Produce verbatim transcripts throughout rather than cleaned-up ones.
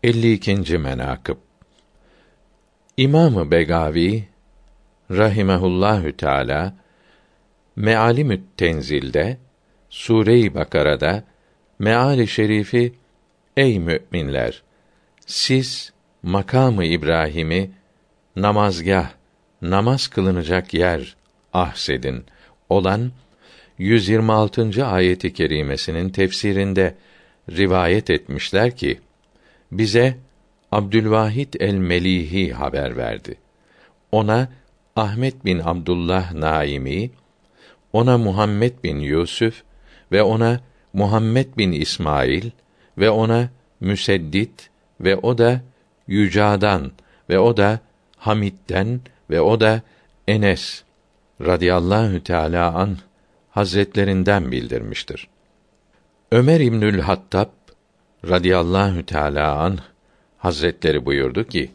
elli ikinci menakıb İmam-ı Begavi rahimehullahü teâlâ Meâlimü't Tenzil'de Sûre-i Bakara'da meâl-i şerifi ey mü'minler siz makamı İbrahim'i namazgâh, namaz kılınacak yer ahsedin olan yüz yirmi altıncı ayet-i kerimesinin tefsirinde rivayet etmişler ki bize Abdülvahid el-Melihi haber verdi. Ona Ahmet bin Abdullah Naimi, ona Muhammed bin Yusuf ve ona Muhammed bin İsmail ve ona Müseddid ve o da Yüca'dan ve o da Hamid'den ve o da Enes radıyallahu teâlâ anh hazretlerinden bildirmiştir. Ömer İbnül Hattab radıyallahu teâlâ anh hazretleri buyurdu ki: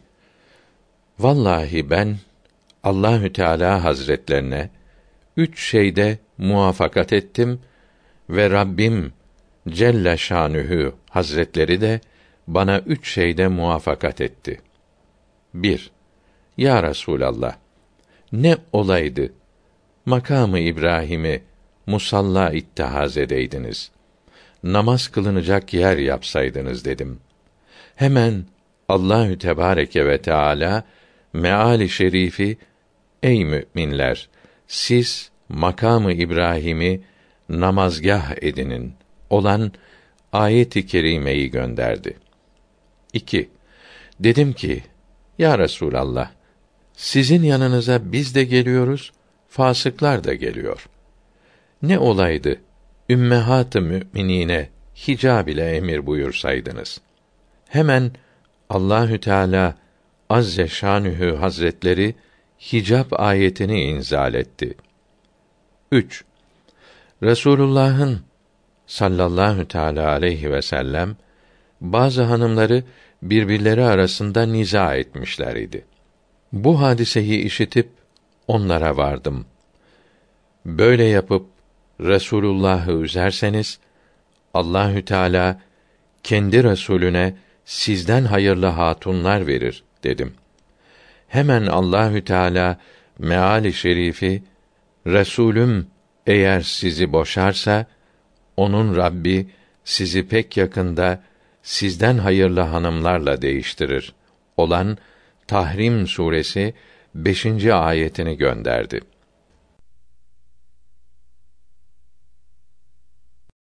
Vallahi ben Allahü Teala Hazretlerine üç şeyde muvafakat ettim ve Rabbim Celle Şanühü Hazretleri de bana üç şeyde muvafakat etti. bir. Ya Resûlallah, ne olaydı makamı İbrahim'i musalla ittihaz edeydiniz, namaz kılınacak yer yapsaydınız dedim. Hemen Allahü Tebareke ve Teala meâl-i şerifi ey mü'minler siz makamı İbrahim'i namazgâh edinin olan ayet-i kerimeyi gönderdi. iki. Dedim ki ya Resûlallah, sizin yanınıza biz de geliyoruz, fasıklar da geliyor. Ne olaydı ümmehat-ı mü'minine hicab ile emir buyursaydınız. Hemen Allahü Teala Azze Şanühü Hazretleri hicab ayetini inzal etti. üç. Resulullah'ın sallallahu teâlâ aleyhi ve sellem bazı hanımları birbirleri arasında niza etmişler idi. Bu hadiseyi işitip onlara vardım. Böyle yapıp Resulullah'ı üzerseniz Allahü Teala kendi Resulüne sizden hayırlı hatunlar verir dedim. Hemen Allahü Teala meâl-i şerifi Resulüm eğer sizi boşarsa onun Rabbi sizi pek yakında sizden hayırlı hanımlarla değiştirir olan Tahrim suresi beşinci ayetini gönderdi.